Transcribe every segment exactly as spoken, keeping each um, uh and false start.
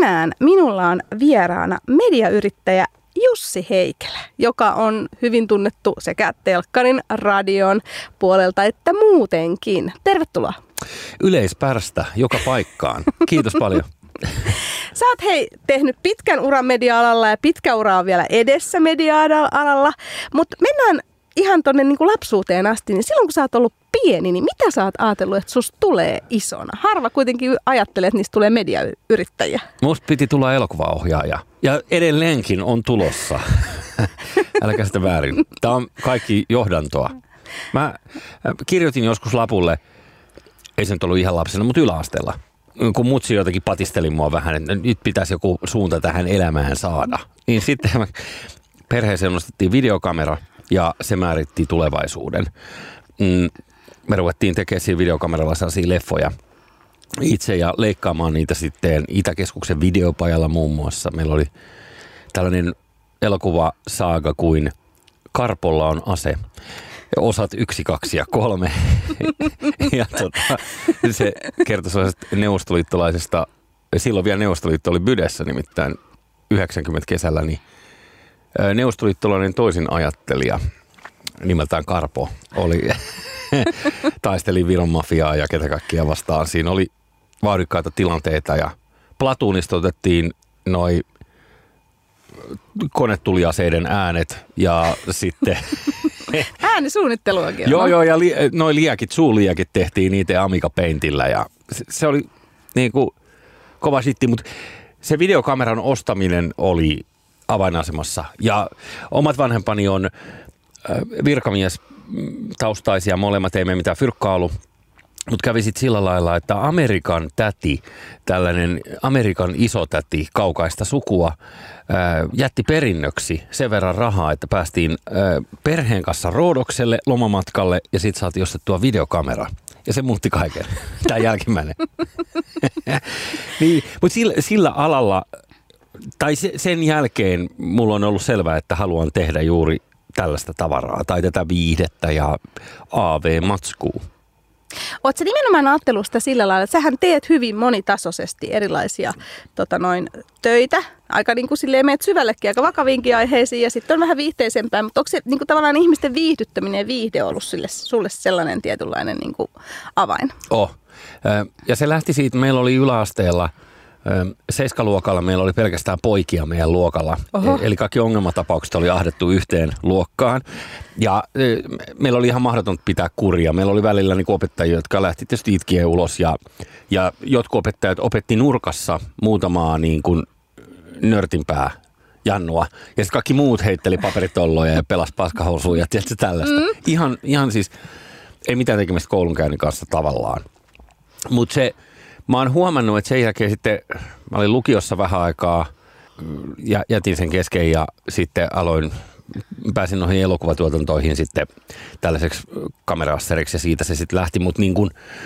tänään minulla on vieraana mediayrittäjä Jussi Heikelä, joka on hyvin tunnettu sekä telkkarin, radion puolelta että muutenkin. Tervetuloa. Yleispärstä joka paikkaan. Kiitos paljon. Sä oot hei tehnyt pitkän uran media-alalla ja pitkä ura on vielä edessä media-alalla, mutta mennään ihan tonne niin kuin lapsuuteen asti, niin silloin kun sä oot ollut pieni, niin mitä sä oot ajatellut, että susta tulee isona? Harva kuitenkin ajattelee, että niistä tulee mediayrittäjiä. Musta piti tulla elokuvaohjaaja ja edelleenkin on tulossa. Äläkä sitä väärin. Tämä on kaikki johdantoa. Mä kirjoitin joskus lapulle, ei se nyt ollut ihan lapsena, mutta yläasteella. Kun mutsi jotenkin patisteli mua vähän, että nyt pitäisi joku suunta tähän elämään saada. Niin sitten perheeseen nostettiin videokamera ja se määritti tulevaisuuden. Me ruvettiin tekemään siinä videokameralla sellaisia leffoja itse ja leikkaamaan niitä sitten Itäkeskuksen videopajalla muun muassa. Meillä oli tällainen elokuvasaaga kuin Karpolla on ase. Osat yksi, kaksi ja kolme. Ja tota, se kertoi sellaisesta neuvostoliittolaisesta, silloin vielä Neuvostoliitto oli Bydessä nimittäin yhdeksänkymmentä kesällä, niin neuvostoliittolainen toisin ajattelija nimeltään Karpo oli, taisteli Viron mafiaa ja ketä kaikkia vastaan. Siinä oli vauhdikkaita tilanteita ja platuunista otettiin noi konetuliaseiden äänet ja sitten äänisuunnitteluakin. Joo, joo, ja li, noi liekit, suuliekit tehtiin niitä Amiga Paintillä ja se, se oli niin kuin kova shitti, mutta se videokameran ostaminen oli avainasemassa. Ja omat vanhempani on virkamies taustaisia, molemmat ei mene mitään fyrkkaa ollut, mutta kävi sitten sillä lailla, että Amerikan täti, tällainen Amerikan isotäti kaukaista sukua, ää, jätti perinnöksi sen verran rahaa, että päästiin ää, perheen kanssa Roodokselle lomamatkalle ja sitten saatiin ostettua videokamera. Ja se muutti kaiken, tämä jälkimmäinen. Niin, mutta sillä, sillä alalla, tai se, sen jälkeen mulla on ollut selvää, että haluan tehdä juuri tällaista tavaraa tai tätä viihdettä ja A V-matskua. Oletko sä nimenomaan ajatellut sitä sillä lailla, että sähän teet hyvin monitasoisesti erilaisia tota noin, töitä, aika niin kuin silleen meet syvällekin, aika vakaviinkin aiheisiin ja sitten on vähän viihteisempää, mutta onko se niin kuin tavallaan ihmisten viihdyttäminen ja viihde ollut sille, sulle sellainen tietynlainen niin kuin avain? Oh. Ja se lähti siitä, meillä oli yläasteella, seiskaluokalla meillä oli pelkästään poikia meidän luokalla. Oho. Eli kaikki ongelmatapaukset oli ahdettu yhteen luokkaan. Ja meillä oli ihan mahdotonta pitää kuria. Meillä oli välillä niin opettajia, jotka lähti tietysti itkien ulos. Ja, ja jotkut opettajat opetti nurkassa muutamaa niin kuin nörtinpää jannua. Ja sitten kaikki muut heitteli paperitolloja ja pelasi paskahousuja ja tietysti tällaista. Mm. Ihan, ihan siis, ei mitään tekemistä koulunkäynnin kanssa tavallaan. Mutta se... Mä oon huomannut, että sen jälkeen sitten, mä olin lukiossa vähän aikaa, ja jätin sen kesken ja sitten aloin, pääsin noihin elokuvatuotantoihin sitten tällaiseksi kamera-asseriksi ja siitä se sitten lähti, mutta niin kuin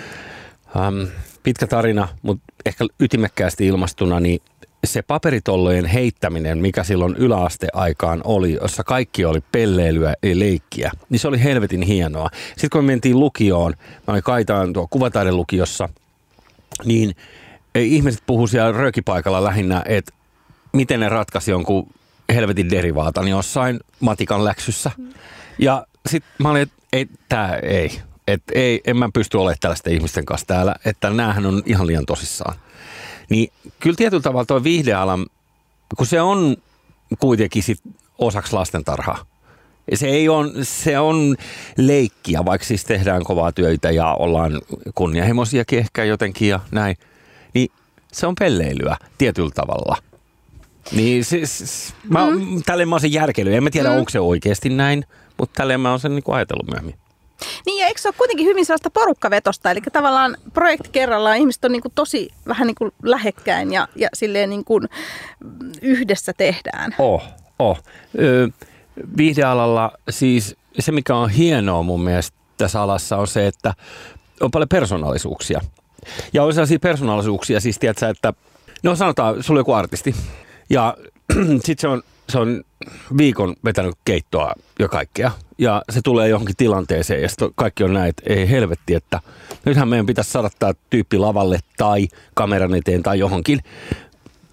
äm, pitkä tarina, mutta ehkä ytimekkäästi ilmastuna, niin se paperitollojen heittäminen, mikä silloin yläasteaikaan oli, jossa kaikki oli pelleilyä ja leikkiä, niin se oli helvetin hienoa. Sitten kun me mentiin lukioon, mä olin Kaitaan tuo kuvataidelukiossa, niin ihmiset puhuu siellä röökipaikalla lähinnä, että miten ne ratkaisi jonkun helvetin derivaatan jossain matikan läksyssä. Mm. Ja sitten mä olin, että ei, tää ei. Että ei, en mä pysty olemaan tällaisten ihmisten kanssa täällä, että näähän on ihan liian tosissaan. Niin kyllä tietyllä tavalla tuo viihdealan, kun se on kuitenkin sit osaksi lastentarhaa. Se ei on, se on leikkiä, vaikka siis tehdään kovaa työtä ja ollaan kunnianhimoisiakin ehkä jotenkin ja näin. Niin se on pelleilyä tietyllä tavalla. Niin siis, mä, mm. tälleen mä oon sen järkeily. En mä tiedä, mm. onko se oikeasti näin, mutta tälleen mä oon sen niin kuin ajatellut myöhemmin. Niin ja eikö se ole kuitenkin hyvin sellaista porukkavetosta, eli tavallaan projekti kerrallaan ihmiset on niin kuin tosi vähän niin kuin lähekkäin ja, ja silleen niin kuin yhdessä tehdään. Oh, oh. Ö, viihdealalla siis se, mikä on hienoa mun mielestä tässä alassa on se, että on paljon persoonallisuuksia. Ja on sellaisia persoonallisuuksia, siis tiedätkö, että no sanotaan, sulla on joku artisti ja sitten se on, se on viikon vetänyt keittoa jo kaikkea. Ja se tulee johonkin tilanteeseen ja sitten kaikki on näin, että ei helvetti, että nythän meidän pitäisi saada tämä tyyppi lavalle tai kameran eteen tai johonkin.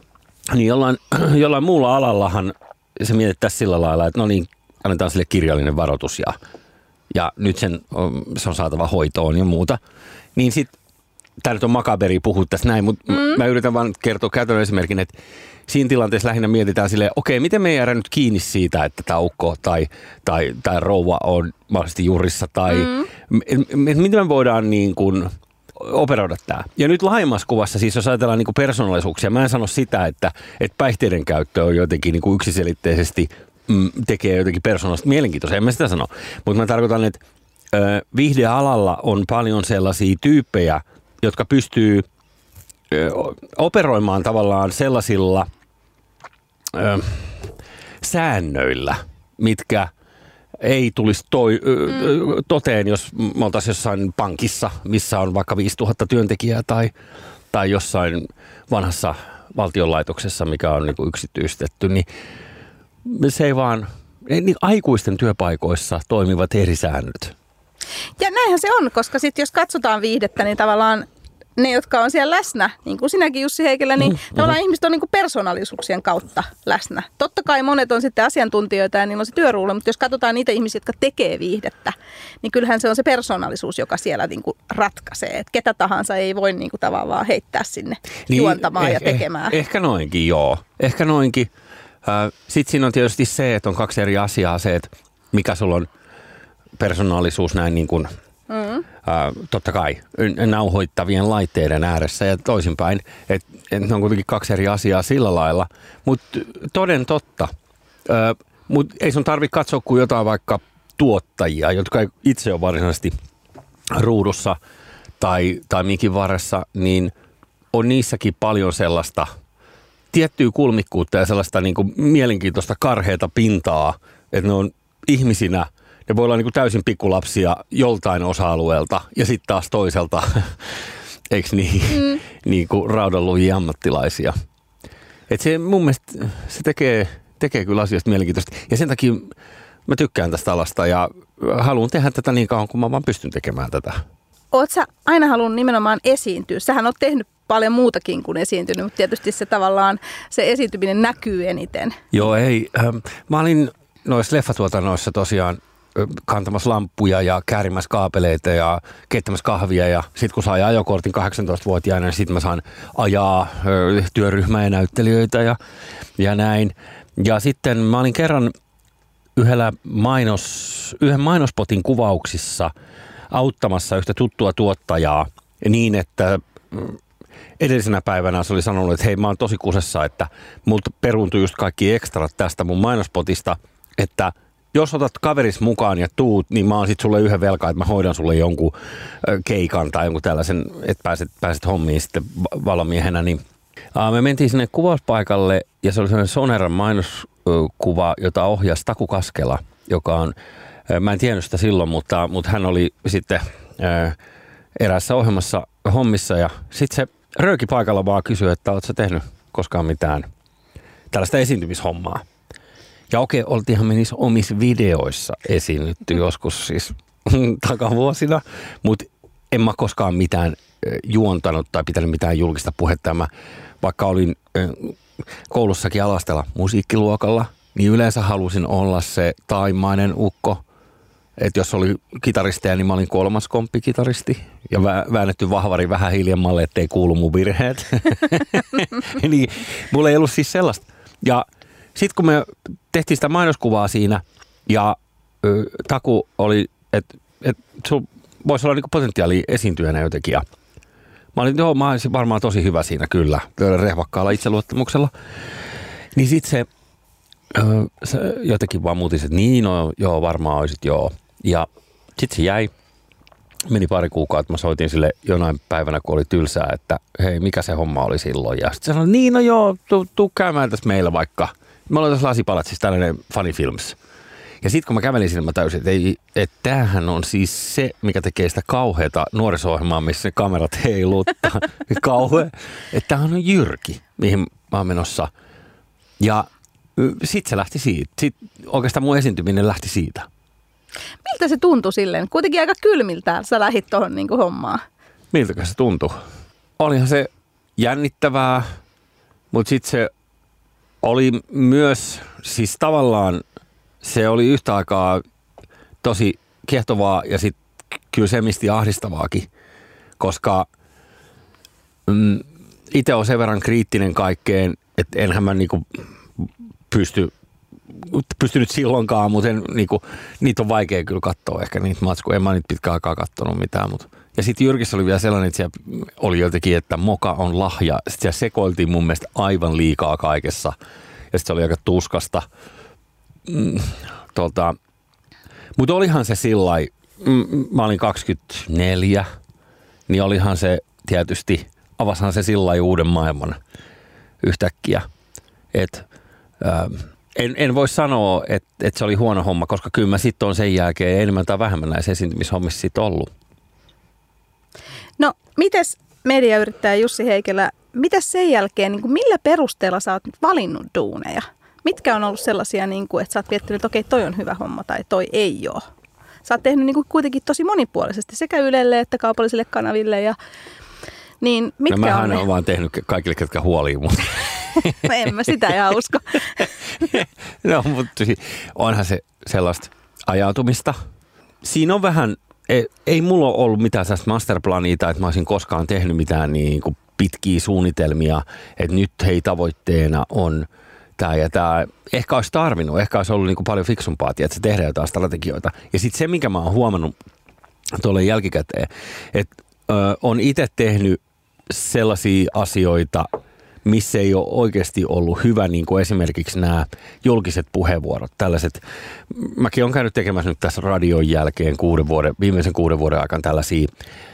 niin jollain, jollain muulla alallahan se mietittäisiin sillä lailla, että no niin, annetaan sille kirjallinen varoitus ja, ja nyt sen, se on saatava hoitoon ja muuta. Niin sitten, tämä nyt on makaberi puhua tässä näin, mutta mm. mä yritän vaan kertoa käytännön esimerkin, että siinä tilanteessa lähinnä mietitään silleen, okei, miten me ei jäädä nyt kiinni siitä, että tämä ukko tai, tai, tai rouva on mahdollisesti jurissa tai mm. m- m- miten me voidaan niin kuin operoida tämä. Ja nyt laajemmassa kuvassa, siis jos ajatellaan niin kuin persoonallisuuksia, mä en sano sitä, että, että päihteiden käyttö on jotenkin niin kuin yksiselitteisesti mm, tekee jotenkin persoonallista mielenkiintoista, en mä sitä sano. Mutta mä tarkoitan, että ö, viihdealalla on paljon sellaisia tyyppejä, jotka pystyy ö, operoimaan tavallaan sellaisilla ö, säännöillä, mitkä ei tulisi toi, mm. toteen, jos me oltaisiin jossain pankissa, missä on vaikka viisituhatta työntekijää tai, tai jossain vanhassa valtionlaitoksessa, mikä on niin kuin yksityistetty, niin se ei vaan, niin aikuisten työpaikoissa toimivat eri säännöt. Ja näinhän se on, koska sitten jos katsotaan viihdettä, niin tavallaan ne, jotka on siellä läsnä, niin kuin sinäkin Jussi Heikelä, niin mm-hmm. tavallaan ihmiset on niin kuin persoonallisuuksien kautta läsnä. Totta kai monet on sitten asiantuntijoita ja niillä on se työruulla, mutta jos katsotaan niitä ihmisiä, jotka tekee viihdettä, niin kyllähän se on se persoonallisuus, joka siellä niin kuin ratkaisee. Et ketä tahansa ei voi niin kuin tavallaan heittää sinne niin, juontamaan eh, ja tekemään. Eh, ehkä noinkin, joo. Ehkä noinkin. Sitten siinä on tietysti se, että on kaksi eri asiaa. Se, että mikä sulla on persoonallisuus näin niin kuin Mm. Uh, totta kai nauhoittavien laitteiden ääressä ja toisinpäin, että et ne on kuitenkin kaksi eri asiaa sillä lailla, mutta toden totta, uh, mutta ei sun tarvitse katsoa kuin jotain vaikka tuottajia, jotka ei itse ole varsinaisesti ruudussa tai, tai mikin varressa, niin on niissäkin paljon sellaista tiettyä kulmikkuutta ja sellaista niin kuin mielenkiintoista karheata pintaa, että ne on ihmisinä. Ne voi olla niin kuin täysin pikkulapsia joltain osa-alueelta ja sitten taas toiselta, eikö niin, mm. niin kuin raudanlujia ammattilaisia. Et se mun mielestä se tekee, tekee kyllä asioista mielenkiintoista. Ja sen takia mä tykkään tästä alasta ja haluan tehdä tätä niin kauan, kun mä vaan pystyn tekemään tätä. Oot sä aina halunnut nimenomaan esiintyä? Sähän oot tehnyt paljon muutakin kuin esiintynyt, mutta tietysti se tavallaan se esiintyminen näkyy eniten. Joo, ei. Ähm, mä olin noissa leffatuotannoissa tosiaan kantamassa lamppuja ja käärimässä kaapeleita ja keittämässä kahvia. Ja sitten kun sai ajokortin kahdeksantoistavuotiaana, niin sitten mä saan ajaa ö, työryhmää ja näyttelijöitä ja, ja näin. Ja sitten mä olin kerran yhdellä mainos, yhden mainospotin kuvauksissa auttamassa yhtä tuttua tuottajaa niin, että edellisenä päivänä se oli sanonut, että hei, mä oon tosi kusessa, että multa peruuntui just kaikki ekstrat tästä mun mainospotista, että jos otat kaveris mukaan ja tuut, niin mä oon sit sulle yhden velkaa, että mä hoidan sulle jonkun keikan tai jonkun tällaisen, että pääset, pääset hommiin sitten valomiehenä. Niin, aa, me mentiin sinne kuvauspaikalle ja se oli sellainen Soneran mainoskuva, jota ohjasi Taku Kaskela, joka on, mä en tiennyt sitä silloin, mutta, mutta hän oli sitten ää, eräässä ohjelmassa hommissa ja sitten se rööki paikalla vaan kysyi, että ootko sä tehnyt koskaan mitään tällaista esiintymishommaa. Ja okei, oltiinhan me niissä omissa videoissa esiinnytty joskus siis takavuosina, mutta en mä koskaan mitään juontanut tai pitänyt mitään julkista puhetta. Mä, vaikka olin koulussakin alastella musiikkiluokalla, niin yleensä halusin olla se taimainen ukko. Että jos oli kitaristeja, niin mä olin kolmas komppikitaristi ja väännetty vahvari vähän hiljemmalle, ettei kuulu mun virheet. Niin mulla ei ollut siis sellaista. Ja sitten kun me tehtiin sitä mainoskuvaa siinä ja ö, Taku oli, että et, sulla voisi olla niinku potentiaalia esiintyjänä jotenkin. Ja mä olin, joo, mä olisin varmaan tosi hyvä siinä kyllä, rehvakkaalla itseluottamuksella. Niin sitten se, ö, se jotenkin vaan muutiset, että niin, no joo, varmaan olisit joo. Ja sitten se jäi. Meni pari kuukautta, mä soitin sille jonain päivänä, kun oli tylsää, että hei, mikä se homma oli silloin. Ja sitten se sanoi, niin no joo, tuu, tuu käymään tässä meillä vaikka. Me ollaan tässä Lasipalatsissa tällainen Funny Films. Ja sitten kun mä kävelin sinne, mä täysin, että, ei, että tämähän on siis se, mikä tekee sitä kauheata nuoriso-ohjelmaa, missä kamerat heiluttaa. Kauhe. Että tämähän on jyrki, mihin mä oon menossa. Ja sitten se lähti siitä. Sitten oikeastaan mun esiintyminen lähti siitä. Miltä se tuntui silleen? Kuitenkin aika kylmiltään sä lähit tuohon niin kuin hommaan. Miltäkö se tuntui? Olihan se jännittävää, mutta sitten se oli myös, siis tavallaan se oli yhtä aikaa tosi kiehtovaa ja sitten kyllä semisti ahdistavaakin, koska mm, itse olen sen verran kriittinen kaikkeen, että enhän mä niinku pysty, pystynyt silloinkaan, mutta en, niinku, niitä on vaikea kyllä katsoa ehkä niitä matskuja. En mä niitä pitkään aikaa katsonut mitään, mutta ja sitten Jyrkissä oli vielä sellainen, että siellä oli jotenkin, että moka on lahja. Sitten siellä sekoiltiin mun mielestä aivan liikaa kaikessa. Ja sitten se oli aika tuskasta. Mm, tota. Mutta olihan se sillai, mm, mä olin kaksikymmentäneljä, niin olihan se tietysti, avashan se sillai uuden maailman yhtäkkiä. Et, ähm, en, en voi sanoa, että et se oli huono homma, koska kyllä mä sitten on sen jälkeen enemmän tai vähemmän näissä esiintymishommissa sitten ollut. No, mites mediayrittäjä Jussi Heikelä, mitäs sen jälkeen, niin kuin millä perusteella sä oot valinnut duuneja? Mitkä on ollut sellaisia, niin kuin, että sä oot miettinyt, että okei, toi on hyvä homma tai toi ei ole? Sä oot tehnyt niin kuin kuitenkin tosi monipuolisesti sekä Ylelle että kaupallisille kanaville. Ja, niin mitkä no mähän on ne? olen vaan tehnyt kaikille, ketkä huolii mun. En mä sitä ihan usko. No, mutta onhan se sellaista ajautumista. Siinä on vähän, ei, ei mulla ole ollut mitään sellaista masterplaniita, että mä olisin koskaan tehnyt mitään niin kuin pitkiä suunnitelmia, että nyt hei tavoitteena on tämä ja tämä. Ehkä olisi tarvinnut, ehkä olisi ollut niin kuin paljon fiksumpaa, että se tehdään jotain strategioita. Ja sitten se, minkä mä oon huomannut tuolle jälkikäteen, että ö, on itse tehnyt sellaisia asioita, missä ei ole oikeasti ollut hyvä, niin kuin esimerkiksi nämä julkiset puheenvuorot, tällaiset. Mäkin olen käynyt tekemässä nyt tässä radion jälkeen kuuden vuoden, viimeisen kuuden vuoden aikana tällaisia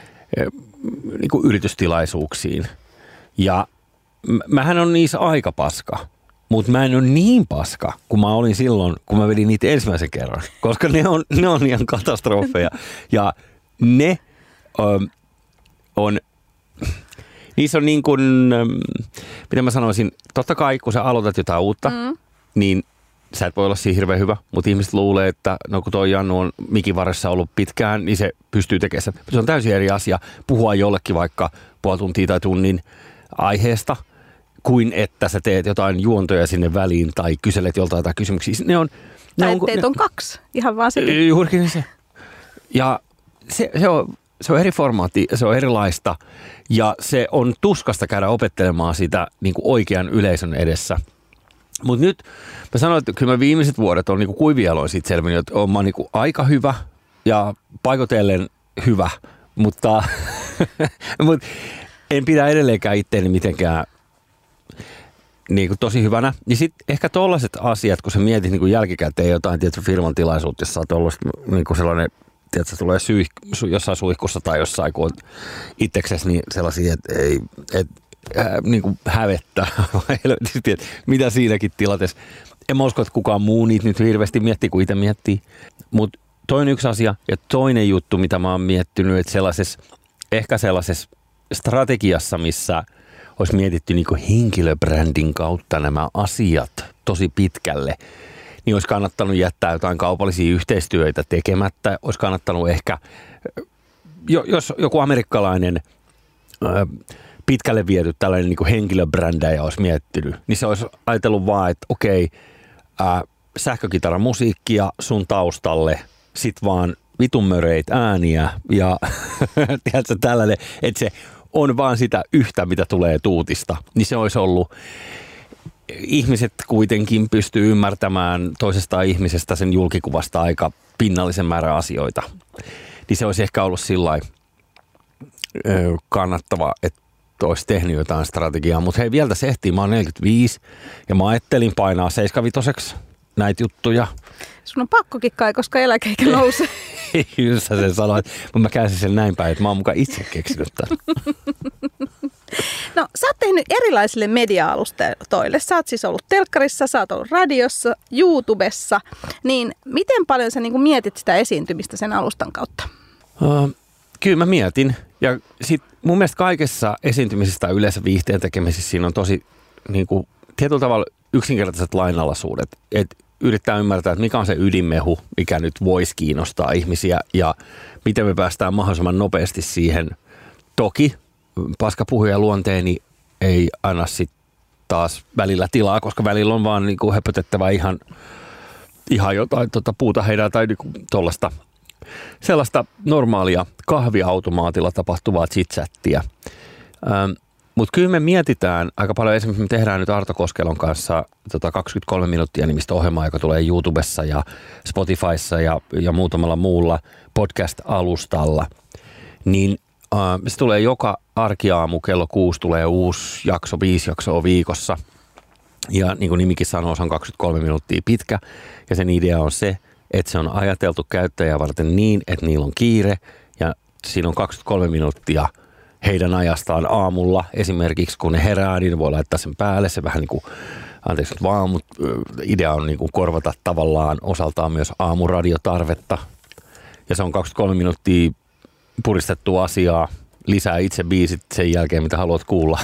niin kuin yritystilaisuuksiin. Ja mähän on niissä aika paska, mutta mä en ole niin paska, kuin mä olin silloin, kun mä vedin niitä ensimmäisen kerran, koska ne on, ne on ihan katastrofeja. Ja ne ö, on... Niissä on niin kuin, mitä mä sanoisin, totta kai kun sä aloitat jotain uutta, mm. niin sä et voi olla siinä hirveän hyvä, mutta ihmiset luulee, että no kun toi Jannu on mikin varressa ollut pitkään, niin se pystyy tekemään sen. Se on täysin eri asia puhua jollekin vaikka puoli tuntia tai tunnin aiheesta, kuin että sä teet jotain juontoja sinne väliin tai kyselet joltain jotain kysymyksiä. Ne on, ne tai on, teet ne, on kaksi, ihan vaan sekin. Juurikin se. Ja se, se on... Se on eri formaatti, se on erilaista ja se on tuskasta käydä opettelemaan sitä niin kuin oikean yleisön edessä. Mutta nyt mä sanoin, että kyllä mä viimeiset vuodet on niin kuin kuivialoin siitä selvinnyt, että olen mä niin kuin aika hyvä ja paikotellen hyvä, mutta mut en pidä edelleenkään itteeni mitenkään niin kuin tosi hyvänä. Ja sitten ehkä tollaiset asiat, kun sä mietit niin kuin jälkikäteen jotain tietyn firman tilaisuutta, jossa on ollut niin kuin sellainen, tiedätkö, tulee syy, jossain suihkussa tai jossain, kun itseksesi niin sellaisia, että ei, et, äh, niin kuin hävettää. Mitä siinäkin tilanteessa. En mä usko, että kukaan muu niitä nyt hirveästi miettii, kuin itse miettii. Mutta toinen yksi asia ja toinen juttu, mitä mä oon miettinyt, että sellaisessa, ehkä sellaisessa strategiassa, missä olisi mietitty niin kuin henkilöbrändin kautta nämä asiat tosi pitkälle, niin olisi kannattanut jättää jotain kaupallisia yhteistyöitä tekemättä. Olisi kannattanut ehkä, jos joku amerikkalainen pitkälle viety tällainen niin kuin henkilöbrändäjä olisi miettinyt, niin se olisi ajatellut vaan, että okei, ää, sähkökitaramusiikkia sun taustalle, sit vaan vitun möreit ääniä ja tiedätkö, tällainen, että se on vaan sitä yhtä, mitä tulee tuutista. Niin se olisi ollut, ihmiset kuitenkin pystyy ymmärtämään toisesta ihmisestä sen julkikuvasta aika pinnallisen määrän asioita. Niin se olisi ehkä ollut sillai kannattava, että olisi tehnyt jotain strategiaa. Mutta hei, vielä tässä ehtii, mä oon neljäkymmentäviisi ja mä ajattelin painaa seitsemänkymmentäviitoseksi näitä juttuja. Sun on pakkokin kai, koska eläkeikä nousee. Just sä sen sanoit, mutta mä käänsin sen näin päin, että mä oon mukaan itse keksinyt tämän. No, sä oot tehnyt erilaisille media-alustoille. Sä oot siis ollut telkkarissa, sä oot ollut radiossa, YouTubessa. Niin miten paljon sä niin kuin mietit sitä esiintymistä sen alustan kautta? Uh, kyllä mä mietin. Ja sit mun mielestä kaikessa esiintymisessä tai yleensä viihteen tekemisessä siinä on tosi niin kuin, tietyllä tavalla yksinkertaiset lainalaisuudet. Että yrittää ymmärtää, että mikä on se ydinmehu, mikä nyt voisi kiinnostaa ihmisiä ja miten me päästään mahdollisimman nopeasti siihen. Toki paskapuhuja luonteeni ei anna sit taas välillä tilaa, koska välillä on vaan niin kuin höpötettävä ihan, ihan jotain tota, puuta heidän tai niin tuollaista sellaista normaalia kahviautomaatilla tapahtuvaa chit-chattia. Ähm, Mutta kyllä me mietitään aika paljon, esimerkiksi me tehdään nyt Arto Koskelon kanssa tota kaksikymmentäkolme minuuttia nimistä ohjelmaa, joka tulee YouTubessa ja Spotifyssa ja, ja muutamalla muulla podcast-alustalla. Niin äh, se tulee joka arkiaamu kello kuusi tulee uusi jakso, viisi jaksoa viikossa. Ja niin kuin nimikin sanoo, se on kaksikymmentäkolme minuuttia pitkä. Ja sen idea on se, että se on ajateltu käyttäjää varten niin, että niillä on kiire. Ja siinä on kaksikymmentäkolme minuuttia heidän ajastaan aamulla. Esimerkiksi kun ne herää, niin voi laittaa sen päälle. Se vähän niin kuin, anteeksi nyt vaan, mutta idea on niin kuin korvata tavallaan osaltaan myös aamuradiotarvetta. Ja se on kaksikymmentäkolme minuuttia puristettua asiaa. Lisää itse biisit sen jälkeen, mitä haluat kuulla.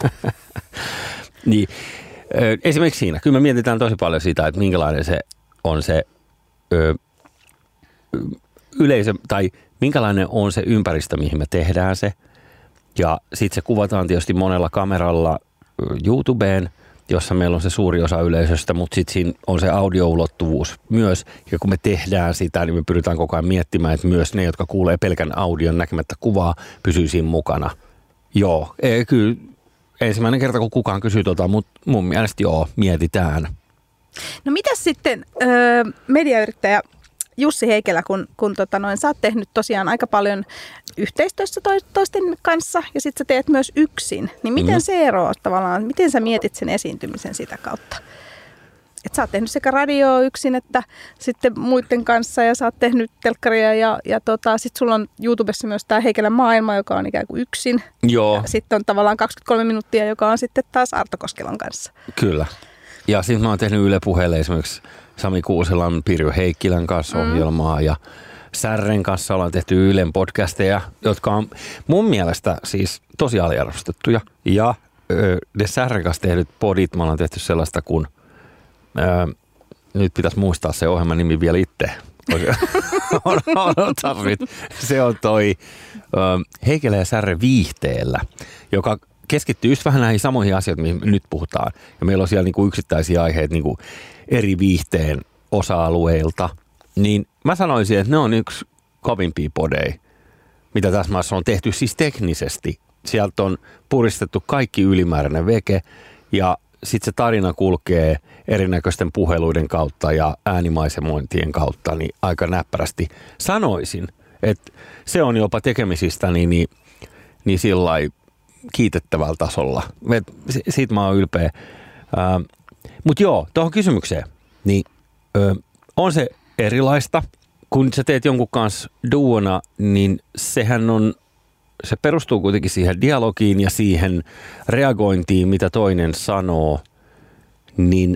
Niin, esimerkiksi siinä. Kyllä me mietitään tosi paljon sitä, että minkälainen se on se ö, yleisö, tai minkälainen on se ympäristö, mihin me tehdään se. Ja sitten se kuvataan tietysti monella kameralla YouTubeen, jossa meillä on se suuri osa yleisöstä, mutta sitten siinä on se audioulottuvuus myös. Ja kun me tehdään sitä, niin me pyritään koko ajan miettimään, että myös ne, jotka kuulee pelkän audion näkemättä kuvaa, pysyy siinä mukana. Joo, ei, kyllä ensimmäinen kerta, kun kukaan kysyy tota, mutta mun mielestä joo, mietitään. No mitäs sitten öö, mediayrittäjä Jussi Heikelä, kun, kun tota noin, sä oot tehnyt tosiaan aika paljon yhteistyössä toisten kanssa ja sitten sä teet myös yksin, niin miten mm. se eroaa tavallaan, miten sä mietit sen esiintymisen sitä kautta? Että sä oot tehnyt sekä radioa yksin että sitten muiden kanssa ja sä oot tehnyt telkkaria ja, ja tota, sit sulla on YouTubessa myös tää Heikelän maailma, joka on ikään kuin yksin. Joo. Sitten on tavallaan kaksikymmentäkolme minuuttia, joka on sitten taas Arto Koskelon kanssa. Kyllä. Ja sitten mä oon tehnyt Yle Puheelle esimerkiksi Sami Kuuselan, Pirjo Heikkilän kanssa mm. ohjelmaa ja Särren kanssa ollaan tehty Ylen podcasteja, jotka on mun mielestä siis tosi aliarvostettuja. Ja ö, ne Särren kanssa tehdyt podit, mä ollaan tehty sellaista kun, ö, nyt pitäisi muistaa se ohjelman nimi vielä itse. Se on toi ö, Heikelä ja Särre viihteellä, joka keskittyy just vähän näihin samoihin asioihin, mihin nyt puhutaan. Ja meillä on siellä niinku yksittäisiä aiheita niinku eri viihteen osa-alueilta. Niin mä sanoisin, että ne on yksi kovimpia podeja, mitä tässä maassa on tehty siis teknisesti. Sieltä on puristettu kaikki ylimääräinen veke ja sitten se tarina kulkee erinäköisten puheluiden kautta ja äänimaisemointien kautta niin aika näppärästi. Sanoisin, että se on jopa tekemisistä niin, niin, niin sillai kiitettävällä tasolla. Et siitä mä oon ylpeä. Mutta joo, tuohon kysymykseen, niin ö, on se erilaista. Kun sä teet jonkun kanssa duona, niin sehän on, se perustuu kuitenkin siihen dialogiin ja siihen reagointiin, mitä toinen sanoo, niin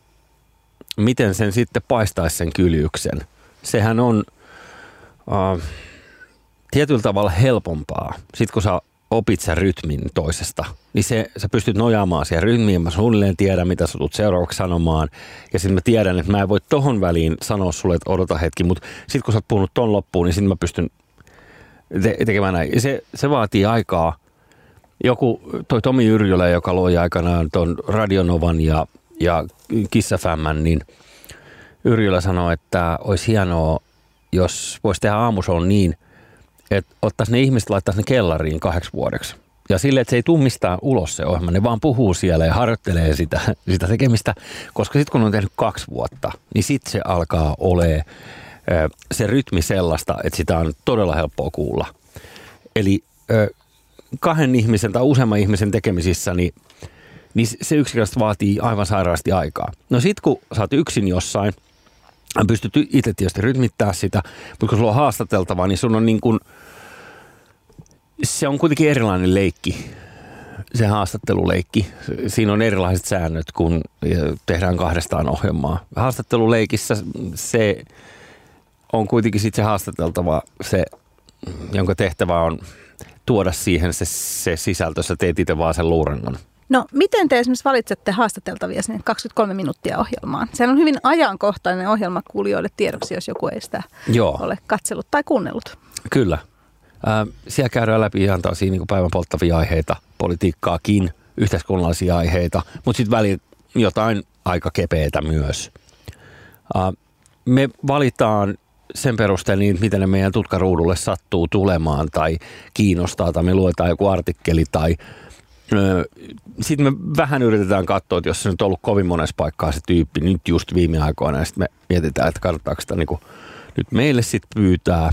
miten sen sitten paistaisi sen kyljyksen. Sehän on äh, tietyllä tavalla helpompaa. Sitten kun sä opit sen rytmin toisesta, niin se, sä pystyt nojaamaan siihen rytmiin. Mä suunnilleen tiedän, mitä sä tulet seuraavaksi sanomaan. Ja sitten mä tiedän, että mä en voi tohon väliin sanoa sulle, että odota hetki. Mutta sitten kun sä oot puhunut ton loppuun, niin sitten mä pystyn te- tekemään näin. Ja se, se vaatii aikaa. Joku, toi Tomi Yrjölä, joka loi aikanaan ton Radionovan ja, ja Kiss F M:n, niin Yrjölä sanoi, että olisi hienoa, jos voisi tehdä aamushow'n niin, että ottaisi ne ihmiset, laittaisi ne kellariin kahdeksi vuodeksi. Ja silleen, että se ei tule mistään ulos se ohjelma, ne vaan puhuu siellä ja harjoittelee sitä, sitä tekemistä. Koska sitten kun on tehnyt kaksi vuotta, niin sitten se alkaa olemaan se rytmi sellaista, että sitä on todella helppoa kuulla. Eli kahden ihmisen tai useamman ihmisen tekemisissä, niin, niin se yksinkertaisesti vaatii aivan sairaasti aikaa. No sitten kun sä oot yksin jossain, pystyt itse tietysti rytmittää sitä, mutta kun sulla on haastateltavaa, niin sun on niin kuin, se on kuitenkin erilainen leikki, se haastatteluleikki. Siinä on erilaiset säännöt, kun tehdään kahdestaan ohjelmaa. Haastatteluleikissä se on kuitenkin sitten se haastateltava, se, jonka tehtävä on tuoda siihen se, se sisältö, sä teet itse vaan sen luurangon. No, miten te esimerkiksi valitsette haastateltavia sinne kaksikymmentäkolme minuuttia ohjelmaan? Sehän on hyvin ajankohtainen ohjelma kuulijoille tiedoksi, jos joku ei sitä Joo. ole katsellut tai kuunnellut. Kyllä. Äh, siellä käydään läpi ihan taas niin päivän polttavia aiheita, politiikkaakin yhteiskunnallisia aiheita, mutta sitten välillä jotain aika kepeätä myös. Me valitaan sen perusteella niin, miten ne meidän tutkaruudulle sattuu tulemaan tai kiinnostaa tai me luetaan joku artikkeli tai sitten me vähän yritetään katsoa, että jos se nyt on ollut kovin monessa paikkaa se tyyppi nyt just viime aikoina ja sitten me mietitään, että kannattaako sitä niin kuin nyt meille sitten pyytää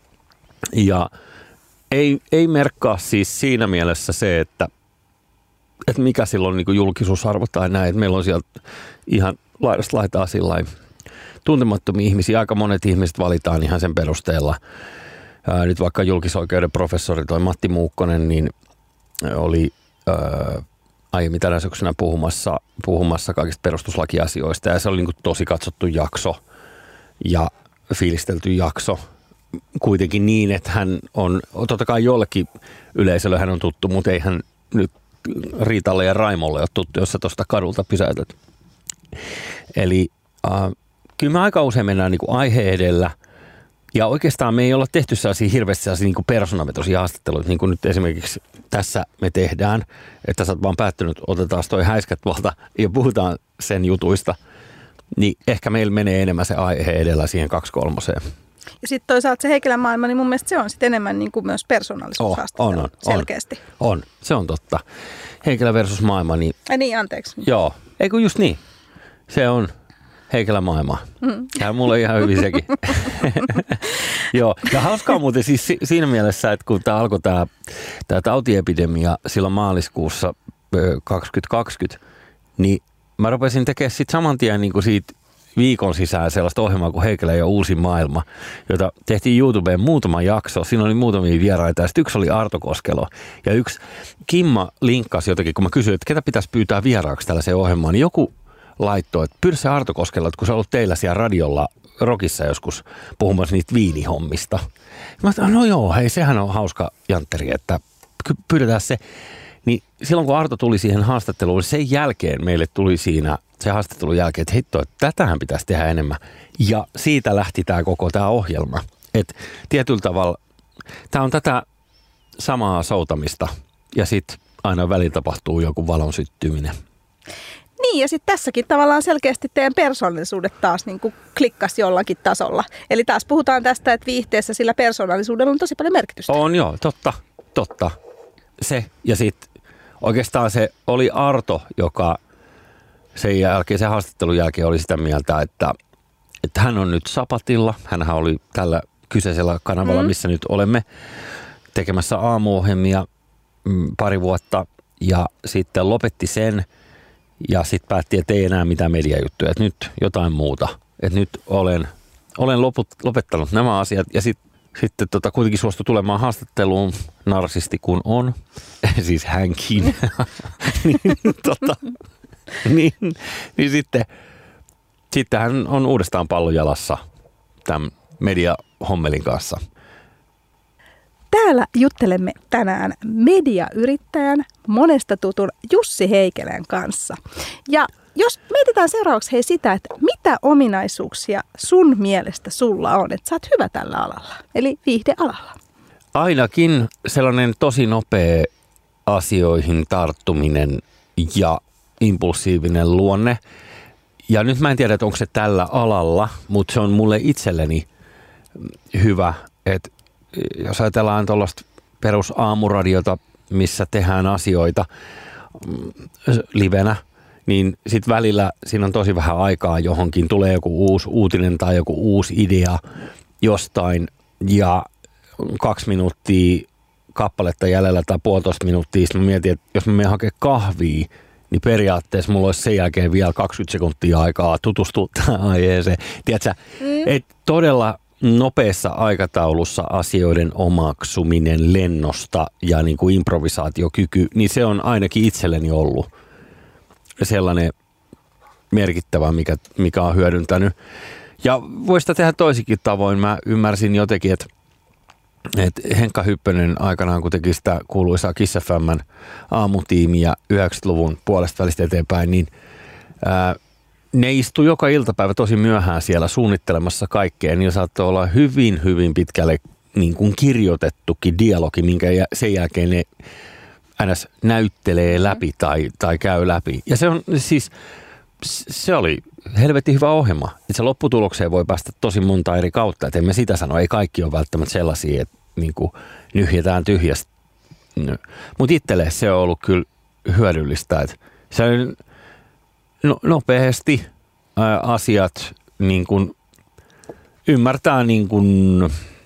ja ei, ei merkkaa siis siinä mielessä se, että, että mikä silloin on niin kuin julkisuusarvo tai näin, että meillä on sieltä ihan laidasta laitaa sillain tuntemattomia ihmisiä. Aika monet ihmiset valitaan ihan sen perusteella. Ää, nyt vaikka julkisoikeuden professori toi Matti Muukkonen, niin oli ää, aiemmin tänä syksynä puhumassa, puhumassa kaikista perustuslakiasioista. Ja se oli niin kuin tosi katsottu jakso ja fiilistelty jakso. Kuitenkin niin, että hän on, totta kai jollekin yleisölle hän on tuttu, mutta ei hän nyt Riitalle ja Raimolle ole tuttu, jos sä tuosta kadulta pysäytät. Eli äh, kyllä me aika usein mennään niin kuin aihe edellä. Ja oikeastaan me ei olla tehty sellaisia hirveästi sellaisia niin kuin persoonavetoisia haastatteluita, niin kuin nyt esimerkiksi tässä me tehdään. Että sä oot vaan päättynyt, otetaan toi häiskät tuolta ja puhutaan sen jutuista. Niin ehkä meillä menee enemmän se aihe edellä siihen kaksi kolmoseen. Ja sitten toisaalta se Heikelän maailma, niin mun mielestä se on sitten enemmän niin kuin myös persoonallisuushaastattelu on, on, selkeästi. On, on, se on totta. Heikelä versus maailma. Niin, Ai niin, anteeksi. Joo, eikö just niin. Se on Heikelän maailma. Mm. Tämä on mulle ihan hyvin sekin. Joo, ja hauskaa muuten siis siinä mielessä, että kun tämä alkoi tämä, tämä tautiepidemia silloin maaliskuussa kaksituhattakaksikymmentä, niin mä rupesin tekemään sitten saman tien niin kuin siitä viikon sisään sellaista ohjelmaa kuin Heikelä ja uusi maailma, jota tehtiin YouTubeen muutama jakso. Siinä oli muutamia vieraita ja sitten yksi oli Arto Koskelo. Ja yksi Kimma linkkasi jotenkin, kun mä kysyin, että ketä pitäisi pyytää vieraaksi tällaiseen ohjelmaan, niin joku laittoi, että pyydä se Arto Koskelo, että kun sä olet teillä siellä radiolla Rockissa joskus puhumassa niitä viinihommista. Mä ajattelin, no joo, hei, sehän on hauska jantteri, että pyydetään se. Niin silloin kun Arto tuli siihen haastatteluun, sen jälkeen meille tuli siinä se haastattelun jälkeen, että hitto, että tätähän pitäisi tehdä enemmän. Ja siitä lähti tämä koko tämä ohjelma. Että tietyllä tavalla tämä on tätä samaa soutamista ja sitten aina välillä tapahtuu joku valon syttyminen. Niin, ja sitten tässäkin tavallaan selkeästi teidän persoonallisuudet taas niin kuin klikkas jollakin tasolla. Eli taas puhutaan tästä, että viihteessä sillä persoonallisuudella on tosi paljon merkitystä. On joo, totta, totta. Se, ja sitten oikeastaan se oli Arto, joka sen jälkeen, sen haastattelun jälkeen oli sitä mieltä, että, että hän on nyt sapatilla. Hänhän oli tällä kyseisellä kanavalla, mm. missä nyt olemme tekemässä aamuohjelmia mm, pari vuotta ja sitten lopetti sen ja sitten päätti, että ei enää mitään mediajuttuja, että nyt jotain muuta. Että nyt olen, olen loput, lopettanut nämä asiat ja sitten Sitten tota, kuitenkin suostui tulemaan haastatteluun, narsisti kun on, siis hänkin, niin, tota, niin, niin sitten, sitten hän on uudestaan pallon jalassa tämän mediahommelin kanssa. Täällä juttelemme tänään mediayrittäjän, monesta tutun Jussi Heikelän kanssa. Ja jos mietitään seuraavaksi hei sitä, että mitä ominaisuuksia sun mielestä sulla on, että sä oot hyvä tällä alalla, eli viihdealalla? Ainakin sellainen tosi nopea asioihin tarttuminen ja impulsiivinen luonne. Ja nyt mä en tiedä, että onko se tällä alalla, mutta se on mulle itselleni hyvä, että jos ajatellaan tuollaista perusaamuradiota, missä tehdään asioita livenä, niin sitten välillä siinä on tosi vähän aikaa johonkin. Tulee joku uusi uutinen tai joku uusi idea jostain ja kaksi minuuttia kappaletta jäljellä tai puolitoista minuuttia. Sitten mä mietin, että jos mä menen hakemaan kahvia, niin periaatteessa mulla olisi sen jälkeen vielä kaksikymmentä sekuntia aikaa tutustua tähän aiheeseen. Tiedätkö, mm. että todella nopeassa aikataulussa asioiden omaksuminen lennosta ja niin kuin improvisaatiokyky, niin se on ainakin itselleni ollut sellainen merkittävä, mikä, mikä on hyödyntänyt. Ja voi sitä tehdä toisikin tavoin. Mä ymmärsin jotenkin, että, että Henkka Hyppönen aikanaan, kun teki sitä kuuluisaa Kiss F M:n aamutiimiä yhdeksänkymmentäluvun puolesta välistä eteenpäin, niin ää, ne istu joka iltapäivä tosi myöhään siellä suunnittelemassa kaikkea, niin saattoi olla hyvin, hyvin pitkälle niin kuin kirjoitettukin dialogi, minkä sen jälkeen ne ns. Näyttelee läpi tai, tai käy läpi. Ja se on siis, se oli helvetin hyvä ohjelma. Että se lopputulokseen voi päästä tosi monta eri kautta. Että en mä sitä sano, ei kaikki ole välttämättä sellaisia, että niin kuin nyhjätään tyhjästä. Mutta itselle se on ollut kyllä hyödyllistä, että se no, nopeasti ää, asiat niin kuin ymmärtää niin kuin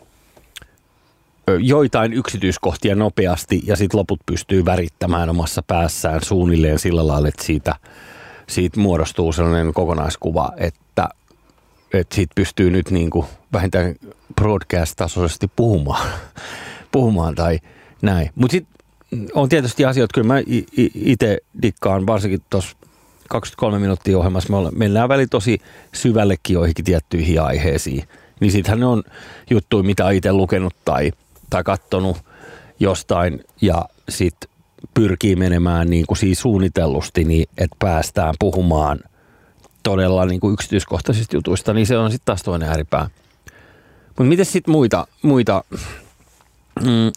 joitain yksityiskohtia nopeasti ja sitten loput pystyy värittämään omassa päässään suunnilleen sillä lailla, että siitä, siitä muodostuu sellainen kokonaiskuva, että, että siitä pystyy nyt niin kuin vähintään broadcast-tasoisesti puhumaan, puhumaan tai näin. Mutta sitten on tietysti asioita, kyllä mä itse dikkaan varsinkin tuossa kaksikymmentäkolme minuuttia ohjelmassa, me mennään väli tosi syvällekin joihinkin tiettyihin aiheisiin. Niin sittenhän ne on juttuja, mitä on itse lukenut tai, tai katsonut jostain ja sitten pyrkii menemään niin kuin siinä suunnitellusti, niin että päästään puhumaan todella niin kuin yksityiskohtaisista jutuista, niin se on sitten taas toinen ääripää. Mutta miten sitten muita, muita mm,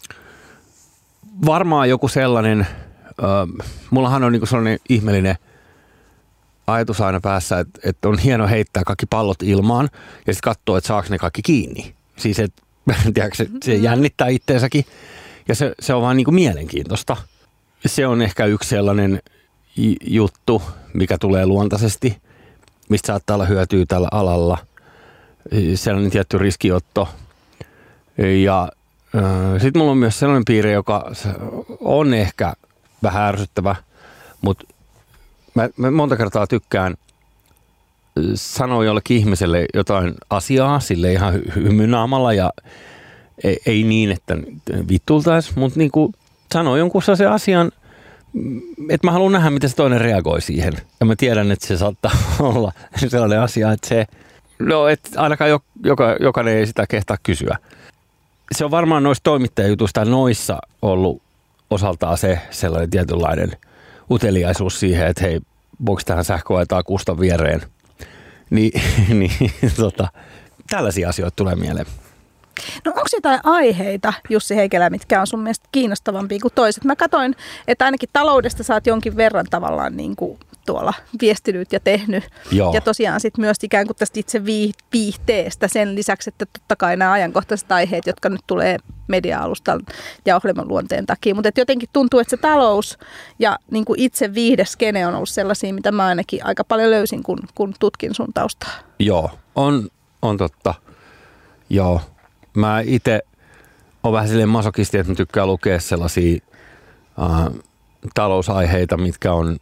varmaan joku sellainen, äh, mullahan on niinku sellainen ihmeellinen ajatus aina päässä, että, että on hieno heittää kaikki pallot ilmaan ja sitten katsoo, että saako ne kaikki kiinni. Siis, että tiedätkö, se, se jännittää itteensäkin ja se, se on vaan niinku mielenkiintoista. Se on ehkä yksi sellainen juttu, mikä tulee luontaisesti, mistä saattaa olla hyötyä tällä alalla. Sellainen tietty riskiotto ja sitten mulla on myös sellainen piirre, joka on ehkä vähän ärsyttävä, mutta mä, mä monta kertaa tykkään sanoa jollekin ihmiselle jotain asiaa sille ihan hymynaamalla ja ei, ei niin, että vittultaisi, mutta niinku sanoo jonkun sellaisen asian, että mä haluan nähdä, miten se toinen reagoi siihen. Ja mä tiedän, että se saattaa olla sellainen asia, että se, no että ainakaan joka, jokainen ei sitä kehtaa kysyä. Se on varmaan noissa toimittajajutuista noissa ollut osaltaan se sellainen tietynlainen uteliaisuus siihen, että hei, voiko tähän sähköaitaa kustan viereen. Ni, niin tota, tällaisia asioita tulee mieleen. No onko jotain aiheita, Jussi Heikelä, mitkä on sun mielestä kiinnostavampia kuin toiset? Mä katsoin, että ainakin taloudesta sä oot jonkin verran tavallaan niin kuin tuolla viestinyt ja tehnyt. Joo. Ja tosiaan sitten myös ikään kuin tästä itse viihteestä sen lisäksi, että totta kai nämä ajankohtaiset aiheet, jotka nyt tulee media-alustan ja ohjelman luonteen takia. Mutta jotenkin tuntuu, että se talous ja niin kuin itse viihdeskene on ollut sellaisia, mitä mä ainakin aika paljon löysin, kun, kun tutkin sun taustaa. Joo, on, on totta. Joo. Mä itse olen vähän silleen masokisti, että mä tykkään lukea sellaisia äh, talousaiheita, mitkä on